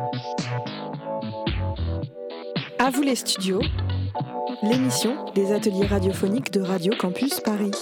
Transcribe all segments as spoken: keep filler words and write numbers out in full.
À vous les studios, l'émission des ateliers radiophoniques de Radio Campus Paris.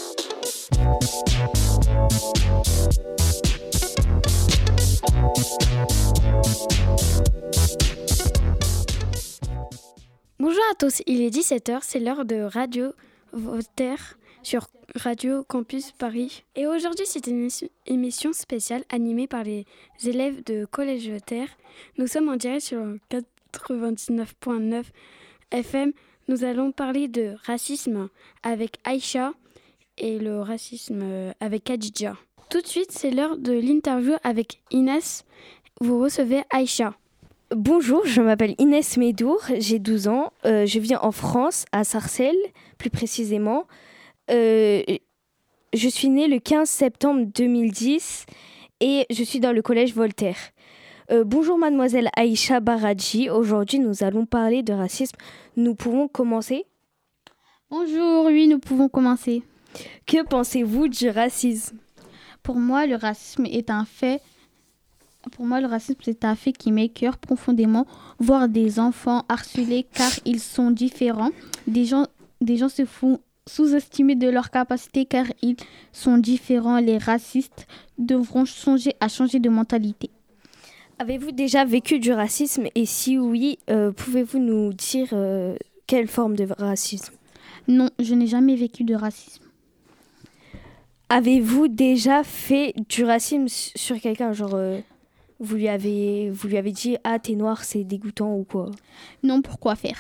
Bonjour à tous, il est dix-sept heures, c'est l'heure de Radio Voltaire sur Radio Campus Paris. Et aujourd'hui, c'est une émission spéciale animée par les élèves de Collège Voltaire. Nous sommes en direct sur quatre-vingt-dix-neuf virgule neuf F M. Nous allons parler de racisme avec Aïcha et le racisme avec Khadija. Tout de suite, c'est l'heure de l'interview avec Inès. Vous recevez Aïcha. Bonjour, je m'appelle Inès Médour, j'ai douze ans, euh, je vis en France, à Sarcelles, plus précisément. Euh, je suis née le quinze septembre deux mille dix et je suis dans le collège Voltaire. Euh, bonjour mademoiselle Aïcha Baradji, aujourd'hui nous allons parler de racisme. Nous pouvons commencer ? Bonjour, oui, nous pouvons commencer. Que pensez-vous du racisme ? Pour moi, le racisme est un fait... Pour moi, le racisme, c'est un fait qui m'écœure profondément. Voir des enfants harcelés car ils sont différents. Des gens, des gens se font sous-estimer de leurs capacités car ils sont différents. Les racistes devront songer à changer de mentalité. Avez-vous déjà vécu du racisme et si oui, euh, pouvez-vous nous dire euh, quelle forme de racisme ? Non, je n'ai jamais vécu de racisme. Avez-vous déjà fait du racisme sur quelqu'un, genre euh, vous lui avez vous lui avez dit ah t'es noir c'est dégoûtant ou quoi ? Non, pourquoi faire ?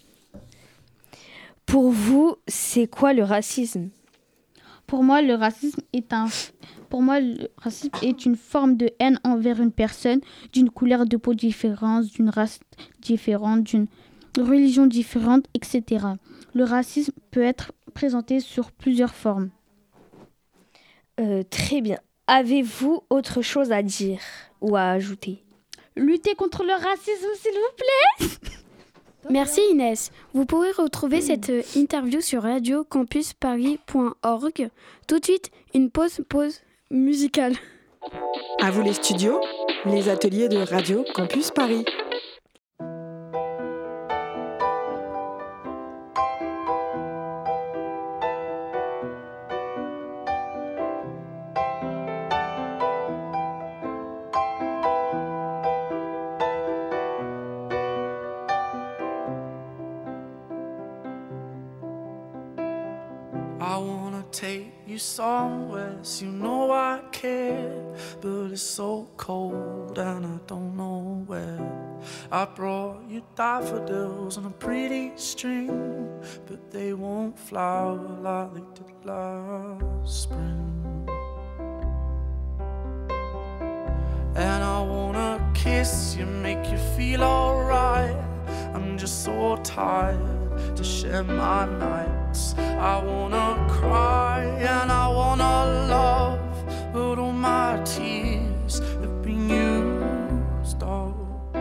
Pour vous, c'est quoi le racisme ? Pour moi, le racisme est un pour moi le racisme est une forme de haine envers une personne d'une couleur de peau différente, d'une race différente, d'une religion différente, et cetera. Le racisme peut être présenté sur plusieurs formes. Euh, très bien. Avez-vous autre chose à dire ou à ajouter ? Lutter contre le racisme, s'il vous plaît. Merci Inès. Vous pourrez retrouver cette interview sur radio campus paris point org. Tout de suite, une pause, pause musicale. À vous les studios, les ateliers de Radio Campus Paris. I wanna take you somewhere, so you know I care, but it's so cold and I don't know where. I brought you daffodils on a pretty string, but they won't flower like they did last spring. And I wanna kiss you, make you feel alright. I'm just so tired to share my nights. I wanna cry and I wanna love, but all my tears have been used up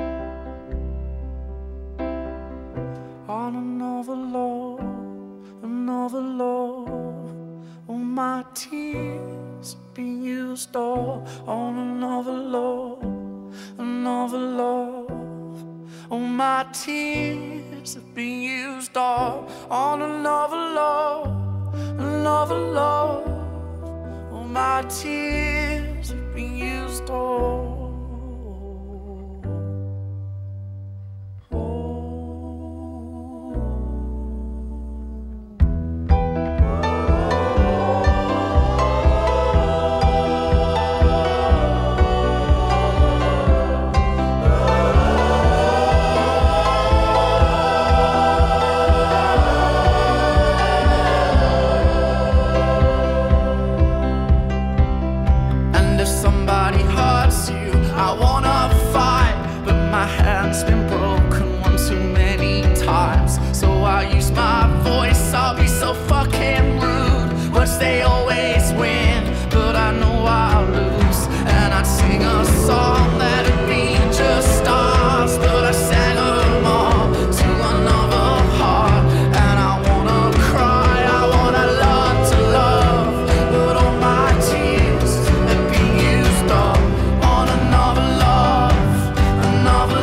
on another love, another love. All my tears have been used up on another love, another love. All my tears have been used up on another love, another love. All my tears have been used up. They always win, but I know I'll lose. And I'd sing a song that'd be just stars, but I sang them all to another heart. And I wanna cry, I wanna learn to love, but all my tears have been used up on another love, another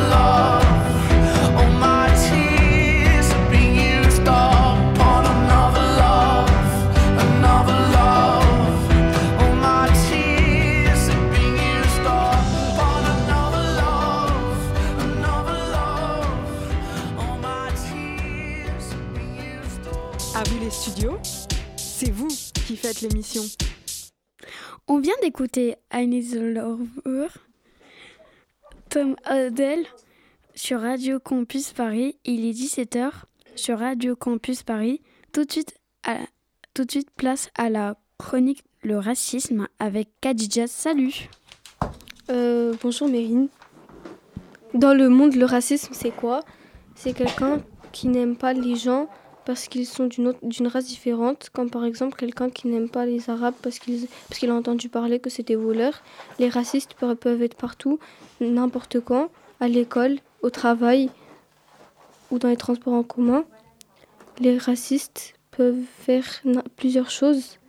studio, c'est vous qui faites l'émission. On vient d'écouter I Need the Lover, Tom Odell sur Radio Campus Paris. Il est dix-sept heures sur Radio Campus Paris. Tout de suite, à, tout de suite place à la chronique Le racisme avec Khadija. Salut. Euh, bonjour Mérine. Dans le monde, le racisme, c'est quoi ? C'est quelqu'un qui n'aime pas les gens parce qu'ils sont d'une, autre, d'une race différente, comme par exemple quelqu'un qui n'aime pas les Arabes parce, qu'ils, parce qu'il a entendu parler que c'était voleurs. Les racistes peuvent, peuvent être partout, n'importe quand, à l'école, au travail ou dans les transports en commun. Les racistes peuvent faire na- plusieurs choses.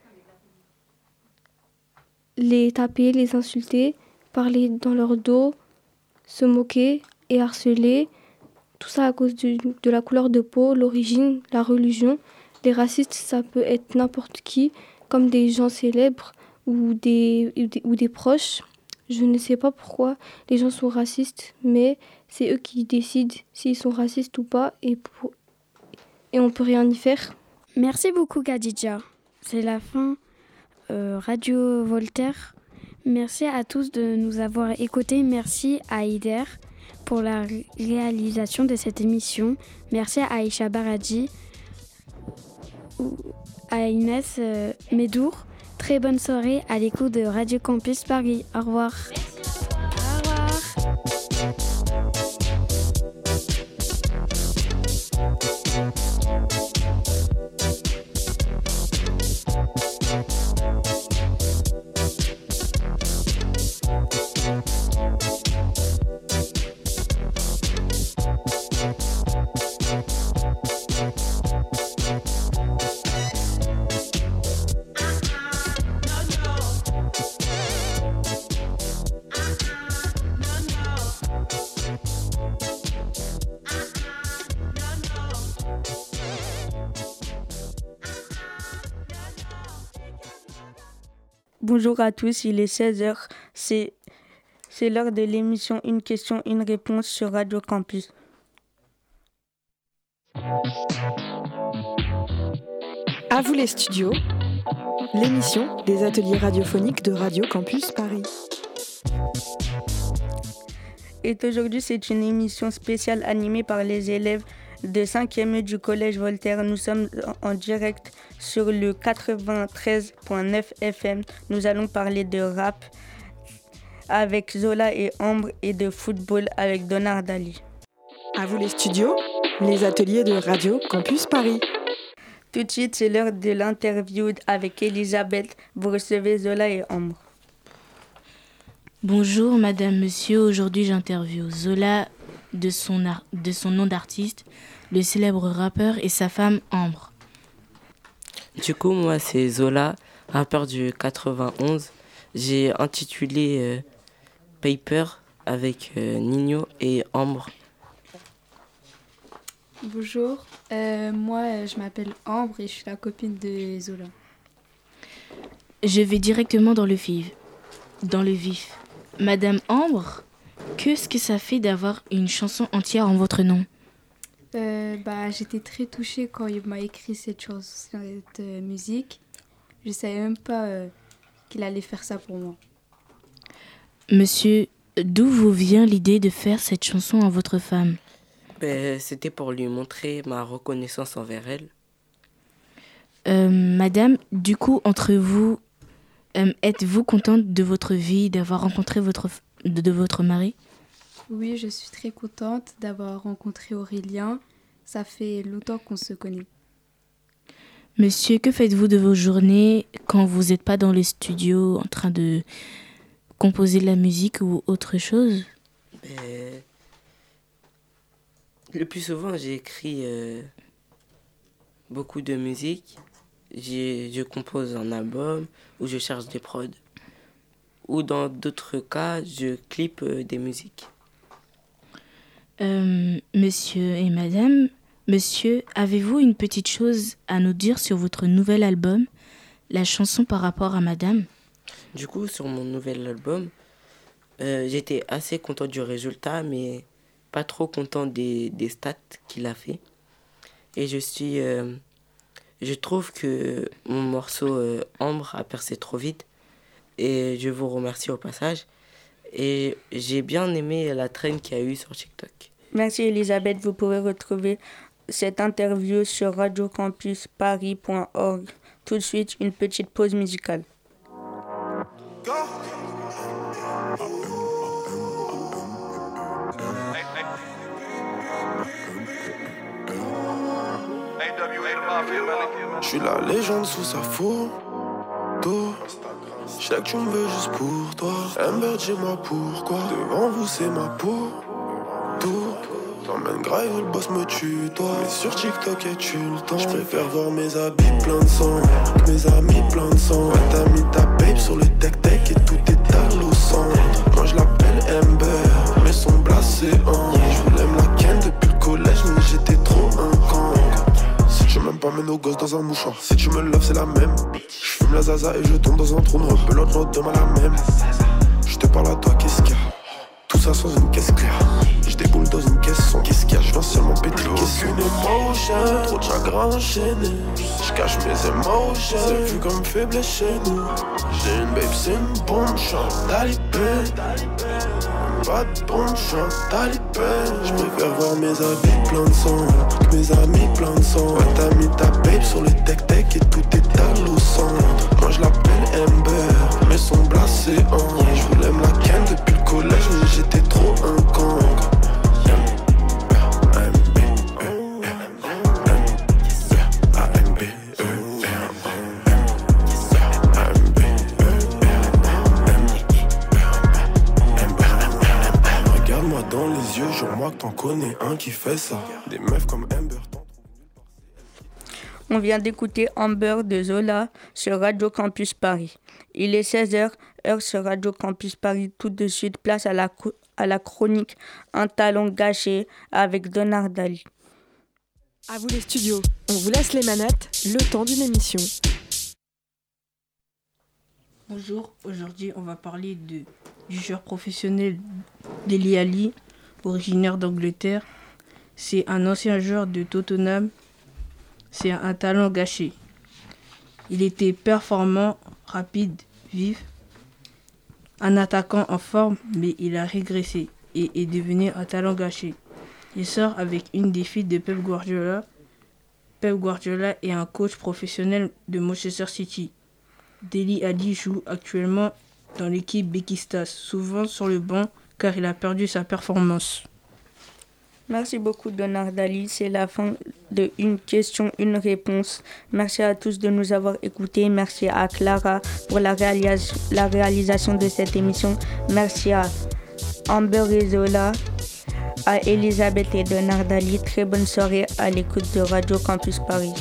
Les taper, les insulter, parler dans leur dos, se moquer et harceler. Tout ça à cause du, de la couleur de peau, l'origine, la religion. Les racistes, ça peut être n'importe qui, comme des gens célèbres ou des, ou des, ou des proches. Je ne sais pas pourquoi les gens sont racistes, mais c'est eux qui décident s'ils sont racistes ou pas, et, pour, et on ne peut rien y faire. Merci beaucoup Khadija. C'est la fin euh, Radio Voltaire. Merci à tous de nous avoir écoutés. Merci à Ider pour la ré- réalisation de cette émission. Merci à Aïcha Baradji, à Inès euh, Médour. Très bonne soirée à l'écoute de Radio Campus Paris. Au revoir. Au revoir. Bonjour à tous, il est seize heures, c'est, c'est l'heure de l'émission Une question, une réponse sur Radio Campus. À vous les studios, l'émission des ateliers radiophoniques de Radio Campus Paris. Et aujourd'hui, c'est une émission spéciale animée par les élèves de cinquième E du Collège Voltaire. Nous sommes en direct sur le quatre-vingt-treize virgule neuf F M. Nous allons parler de rap avec Zola et Ambre et de football avec Donald Dali. À vous les studios, les ateliers de Radio Campus Paris. Tout de suite, c'est l'heure de l'interview avec Elisabeth. Vous recevez Zola et Ambre. Bonjour madame, monsieur, aujourd'hui j'interviewe Zola de son, ar- de son nom d'artiste, le célèbre rappeur et sa femme Ambre. Du coup, moi c'est Zola, rappeur du quatre-vingt-onze. J'ai intitulé euh, Paper avec euh, Nino et Ambre. Bonjour, euh, moi euh, je m'appelle Ambre et je suis la copine de Zola. Je vais directement dans le vif. Dans le vif. Madame Ambre, qu'est-ce que ça fait d'avoir une chanson entière en votre nom ? Euh, bah, j'étais très touchée quand il m'a écrit cette chanson, cette euh, musique. Je savais même pas euh, qu'il allait faire ça pour moi. Monsieur, d'où vous vient l'idée de faire cette chanson à votre femme ? Ben, c'était pour lui montrer ma reconnaissance envers elle. Euh, madame, du coup, entre vous, euh, êtes-vous contente de votre vie, d'avoir rencontré votre, f- de, de votre mari ? Oui, je suis très contente d'avoir rencontré Aurélien. Ça fait longtemps qu'on se connaît. Monsieur, que faites-vous de vos journées quand vous n'êtes pas dans les studios en train de composer de la musique ou autre chose ? Ben, le plus souvent, j'ai écrit euh, beaucoup de musique. J'ai, je compose un album ou je cherche des prods. Ou dans d'autres cas, je clippe euh, des musiques. Euh, monsieur et madame, monsieur, avez-vous une petite chose à nous dire sur votre nouvel album, la chanson par rapport à madame ? Du coup, sur mon nouvel album, euh, j'étais assez content du résultat, mais pas trop content des, des stats qu'il a fait. Et je suis, euh, Je trouve que mon morceau euh, Ambre a percé trop vite et je vous remercie au passage. Et j'ai bien aimé la traîne qu'il y a eu sur TikTok. Merci Elisabeth, vous pouvez retrouver cette interview sur radio campus paris point org. Tout de suite, une petite pause musicale. Go. Je suis la légende sous sa photo. Je sais que tu me veux juste pour toi. Amber, dis-moi pourquoi. Devant vous, c'est ma peau. Tout. T'emmènes grave, le boss me tue, toi. Mais sur TikTok, es-tu le temps? Je préfère voir mes habits pleins de sang que mes amis pleins de sang. Ouais, t'as mis ta babe sur le tech-tech et tout est au centre. Moi, je l'appelle Amber, mais son blasé en. Je voulais me la ken depuis le collège, mais j'étais trop un con. Si tu m'aimes pas, mets nos gosses dans un mouchoir. Si tu me loves, c'est la même. Je fume la zaza et je tombe dans un trou noir. Pelote, l'autre demain la même. Je te parle à toi, qu'est-ce qu'il y a? Tout ça sans une caisse claire. Je déboule dans une caisse sans qu'est-ce qu'il y a? Je viens seulement péter le caisse. Aucune émotion, trop de chagrin enchaîné. Je cache mes émotions, c'est vu comme faible chez nous. J'ai une babe, c'est une bombe, j'suis un talibé. Pas de bombe, j'suis un talibé. Je préfère voir mes habits pleins de sang que mes amis pleins de sang. Ouais, t'as mis ta babe sur le tech-tech et tout est au centre. Moi je l'appelle Amber, mais son blasé en. Je voulais me la ken depuis le collège, mais j'étais trop un con. Regarde-moi dans les yeux, jure-moi que t'en connais un qui fait ça. Des meufs comme Amber. On vient d'écouter Amber de Zola sur Radio Campus Paris. Il est seize heures, heure sur Radio Campus Paris. Tout de suite, place à la, à la chronique Un talent gâché avec Donard Dali. À vous les studios, on vous laisse les manettes, le temps d'une émission. Bonjour, aujourd'hui on va parler de, du joueur professionnel Dele Alli, originaire d'Angleterre. C'est un ancien joueur de Tottenham. C'est un talent gâché. Il était performant, rapide, vif, un attaquant en forme, mais il a régressé et est devenu un talent gâché. Il sort avec une des filles de Pep Guardiola. Pep Guardiola est un coach professionnel de Manchester City. Dele Alli joue actuellement dans l'équipe Beşiktaş, souvent sur le banc car il a perdu sa performance. Merci beaucoup Donard Dali, c'est la fin de Une question, une réponse. Merci à tous de nous avoir écoutés. Merci à Clara pour la, réalis- la réalisation de cette émission. Merci à Amber et Zola, à Elisabeth et Donard Dali. Très bonne soirée à l'écoute de Radio Campus Paris.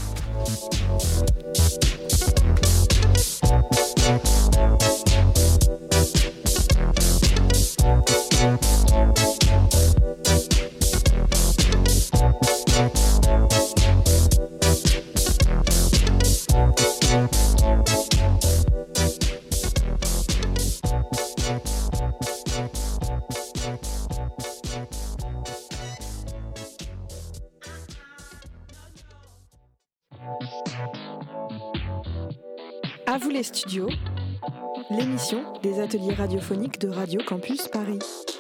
À vous les studios, l'émission des ateliers radiophoniques de Radio Campus Paris.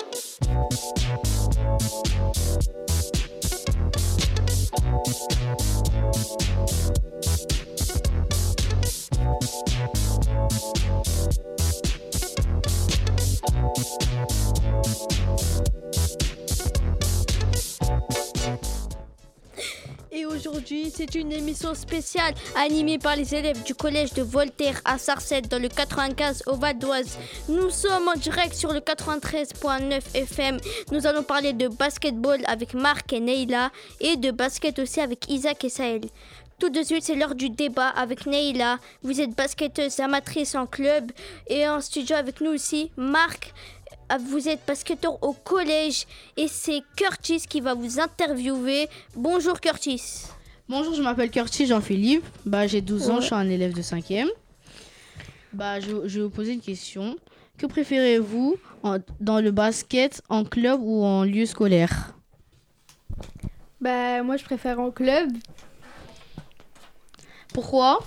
Et aujourd'hui, c'est une émission spéciale animée par les élèves du collège de Voltaire à Sarcelles dans le quatre-vingt-quinze au Val d'Oise. Nous sommes en direct sur le quatre-vingt-treize virgule neuf F M. Nous allons parler de basketball avec Marc et Neila et de basket aussi avec Isaac et Sahel. Tout de suite, c'est l'heure du débat avec Neila. Vous êtes basketteuse amatrice en club et en studio avec nous aussi Marc. Vous êtes basketteur au collège et c'est Curtis qui va vous interviewer. Bonjour Curtis. Bonjour, je m'appelle Curtis Jean-Philippe. Bah, j'ai douze ans, ouais. Je suis un élève de cinquième. Bah, je, je vais vous poser une question. Que préférez-vous en, dans le basket, en club ou en lieu scolaire? Bah, moi, je préfère en club. Pourquoi?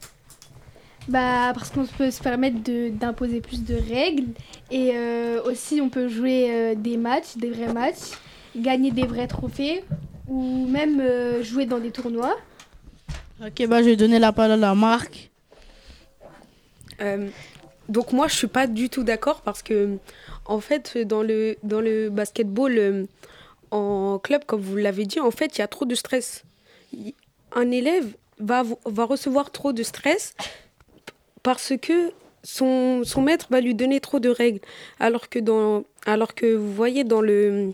Bah, parce qu'on peut se permettre de, d'imposer plus de règles. Et euh, aussi, on peut jouer euh, des matchs, des vrais matchs, gagner des vrais trophées ou même euh, jouer dans des tournois. Ok, bah, je vais donner la parole à Marc. Euh, donc moi, je suis pas du tout d'accord parce que, en fait, dans le, dans le basketball euh, en club, comme vous l'avez dit, en fait, il y a trop de stress. Un élève va, va recevoir trop de stress parce que son, son maître va lui donner trop de règles. Alors que, dans, alors que vous voyez, dans, le,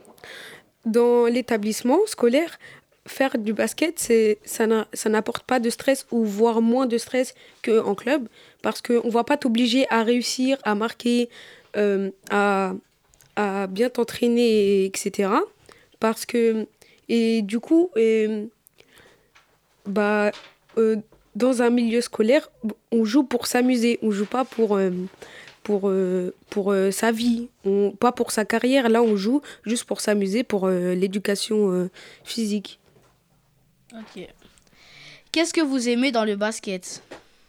dans l'établissement scolaire, faire du basket, c'est, ça, n'a, ça n'apporte pas de stress ou voire moins de stress qu'en club parce qu'on ne va pas t'obliger à réussir, à marquer, euh, à, à bien t'entraîner, et cetera. Parce que, et du coup, et, bah, euh, dans un milieu scolaire, on joue pour s'amuser, on ne joue pas pour, euh, pour, euh, pour euh, sa vie, on, pas pour sa carrière. Là, on joue juste pour s'amuser, pour euh, l'éducation euh, physique. Ok. Qu'est-ce que vous aimez dans le basket?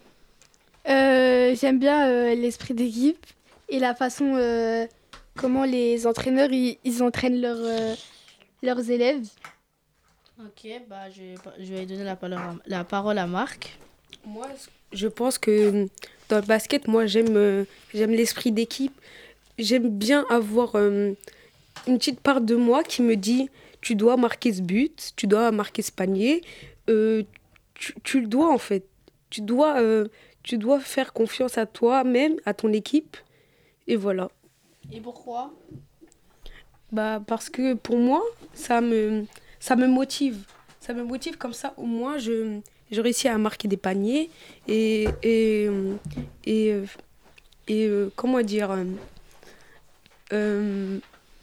euh, J'aime bien euh, l'esprit d'équipe et la façon euh, comment les entraîneurs ils, ils entraînent leurs, euh, leurs élèves. Ok, bah je, je vais donner la parole à, la parole à Marc. Moi, je pense que dans le basket, moi, j'aime, euh, j'aime l'esprit d'équipe. J'aime bien avoir euh, une petite part de moi qui me dit « tu dois marquer ce but, tu dois marquer ce panier euh, ». Tu, tu le dois, en fait. Tu dois, euh, tu dois faire confiance à toi-même, à ton équipe. Et voilà. Et pourquoi? Bah, parce que pour moi, ça me... Ça me motive. Ça me motive comme ça. Au moins, je, je réussis à marquer des paniers. Et, et, et, et, et comment dire euh,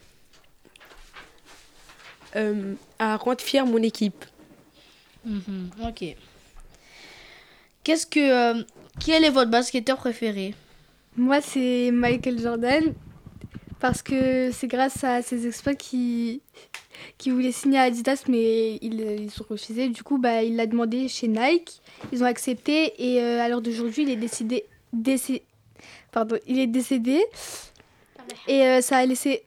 euh, à rendre fière mon équipe. Mmh, ok. Qu'est-ce que, euh, quel est votre basketteur préféré? Moi, c'est Michael Jordan. Parce que c'est grâce à ses exploits qu'il... qui voulait signer à Adidas, mais ils, ils ont refusé. Du coup, bah, il l'a demandé chez Nike. Ils ont accepté. Et euh, à l'heure d'aujourd'hui, il est décédé. Décé... Pardon, il est décédé. Et euh, ça a laissé.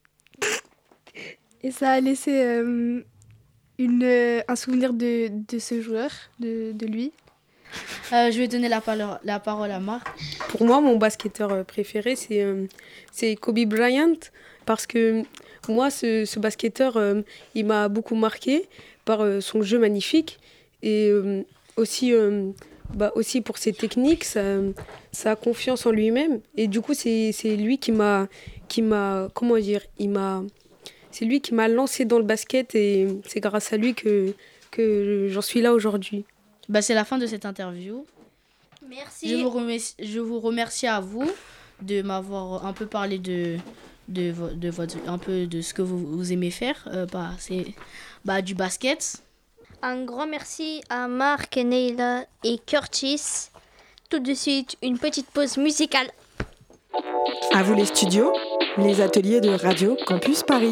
Et ça a laissé euh, une, euh, un souvenir de, de ce joueur, de, de lui. Euh, je vais donner la parole, la parole à Marc. Pour moi, mon basketteur préféré, c'est, euh, c'est Kobe Bryant. Parce que moi, ce, ce basketteur, euh, il m'a beaucoup marqué par euh, son jeu magnifique. Et euh, aussi, euh, bah, aussi pour ses techniques, sa, sa confiance en lui-même. Et du coup, c'est, c'est lui qui m'a, qui m'a... Comment dire il m'a, c'est lui qui m'a lancé dans le basket. Et c'est grâce à lui que, que j'en suis là aujourd'hui. Bah, c'est la fin de cette interview. Merci. Je vous remercie, je vous remercie à vous de m'avoir un peu parlé de, de, de, votre, un peu de ce que vous, vous aimez faire. Euh, bah, c'est bah, du basket. Un grand merci à Marc, Neila et Curtis. Tout de suite, une petite pause musicale. À vous les studios, les ateliers de Radio Campus Paris.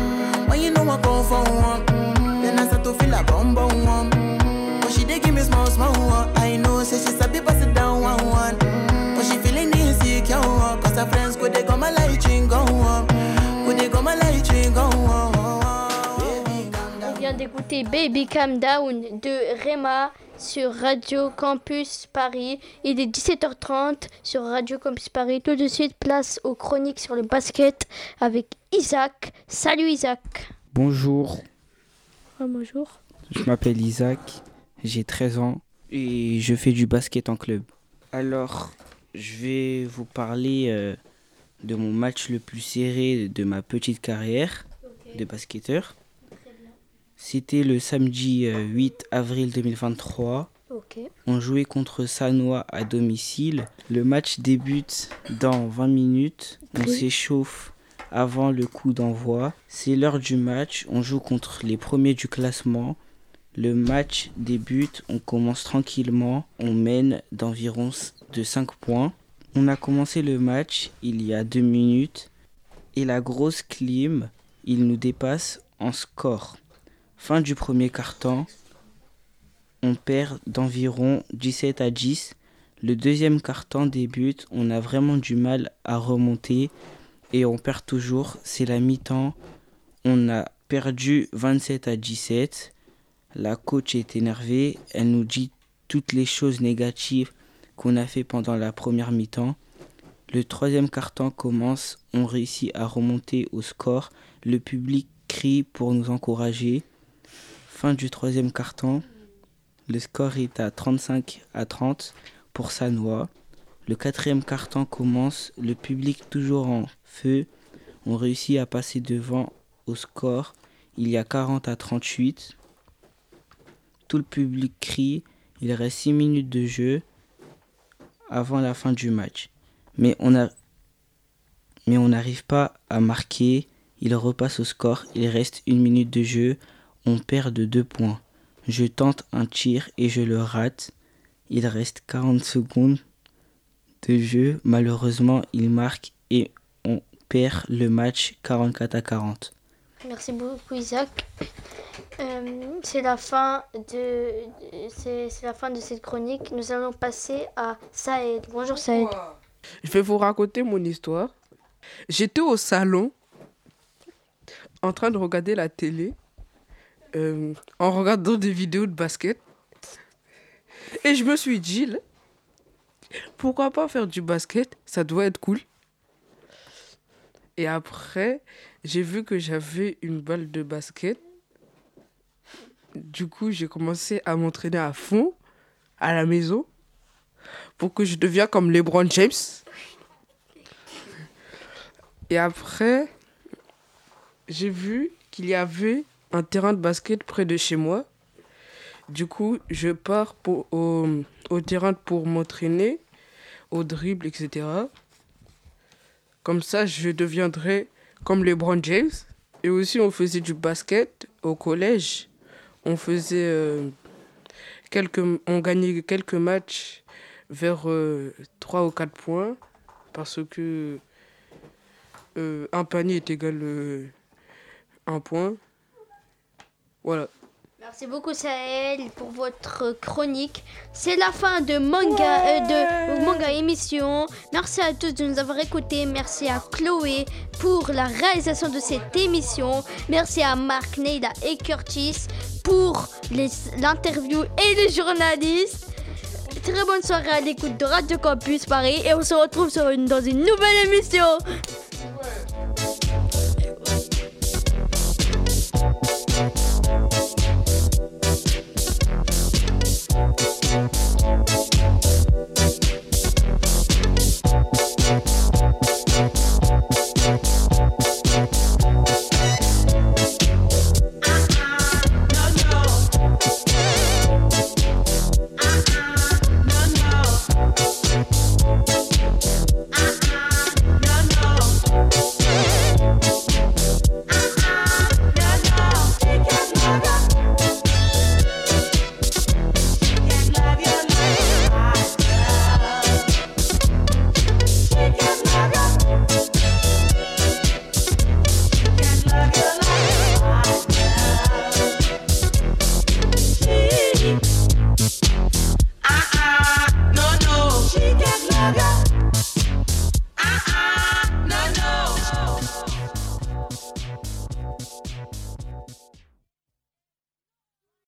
Then I start to feel a bum bum. But she dey give me small small. small one. I know, say she sabi pass it down one one. Mm, but she feeling insecure, cause her friends could they come my light ring go on. Could they come my light ring go on. On vient d'écouter Baby Calm Down de Rema sur Radio Campus Paris. Il est dix-sept heures trente sur Radio Campus Paris. Tout de suite, place aux chroniques sur le basket avec Isaac. Salut Isaac. Bonjour. Oh, bonjour. Je m'appelle Isaac, j'ai treize ans et je fais du basket en club. Alors, je vais vous parler euh, de mon match le plus serré de ma petite carrière okay. de basketteur. C'était le samedi euh, huit avril deux mille vingt-trois. Okay. On jouait contre Sannois à domicile. Le match débute dans vingt minutes. On oui. s'échauffe avant le coup d'envoi. C'est l'heure du match. On joue contre les premiers du classement. Le match débute. On commence tranquillement. On mène d'environ de cinq points. On a commencé le match il y a deux minutes. Et la grosse clim, il nous dépasse en score. Fin du premier quart-temps, on perd d'environ dix-sept à dix. Le deuxième quart-temps débute, on a vraiment du mal à remonter et on perd toujours. C'est la mi-temps, on a perdu vingt-sept à dix-sept. La coach est énervée, elle nous dit toutes les choses négatives qu'on a fait pendant la première mi-temps. Le troisième quart-temps commence, on réussit à remonter au score. Le public crie pour nous encourager. Fin du troisième quart-temps, le score est à trente-cinq à trente pour Sannois. Le quatrième quart-temps commence, le public toujours en feu. On réussit à passer devant au score. Il y a quarante à trente-huit. Tout le public crie. Il reste six minutes de jeu avant la fin du match. Mais on a... mais on n'arrive pas à marquer. Il repasse au score. Il reste une minute de jeu. On perd de deux points. Je tente un tir et je le rate. Il reste quarante secondes de jeu. Malheureusement, il marque et on perd le match quarante-quatre à quarante. Merci beaucoup Isaac. Euh, c'est la fin de c'est, c'est la fin de cette chronique. Nous allons passer à Saïd. Bonjour Saïd. Je vais vous raconter mon histoire. J'étais au salon en train de regarder la télé. Euh, en regardant des vidéos de basket. Et je me suis dit, là, pourquoi pas faire du basket? Ça doit être cool. Et après, j'ai vu que j'avais une balle de basket. Du coup, j'ai commencé à m'entraîner à fond, à la maison, pour que je devienne comme LeBron James. Et après, j'ai vu qu'il y avait un terrain de basket près de chez moi. Du coup, je pars pour, au, au terrain pour m'entraîner, au dribble, et cetera. Comme ça, je deviendrai comme LeBron James. Et aussi, on faisait du basket au collège. On faisait euh, quelques, on gagnait quelques matchs vers euh, trois ou quatre points parce que euh, un panier est égal euh, un point. Voilà. Merci beaucoup Saël pour votre chronique. C'est la fin de Manga, euh, de Manga émission. Merci à tous de nous avoir écoutés. Merci à Chloé pour la réalisation de cette émission. Merci à Marc, Neila et Curtis pour les, l'interview et les journalistes. Très bonne soirée à l'écoute de Radio Campus Paris et on se retrouve sur une, dans une nouvelle émission. Ouais.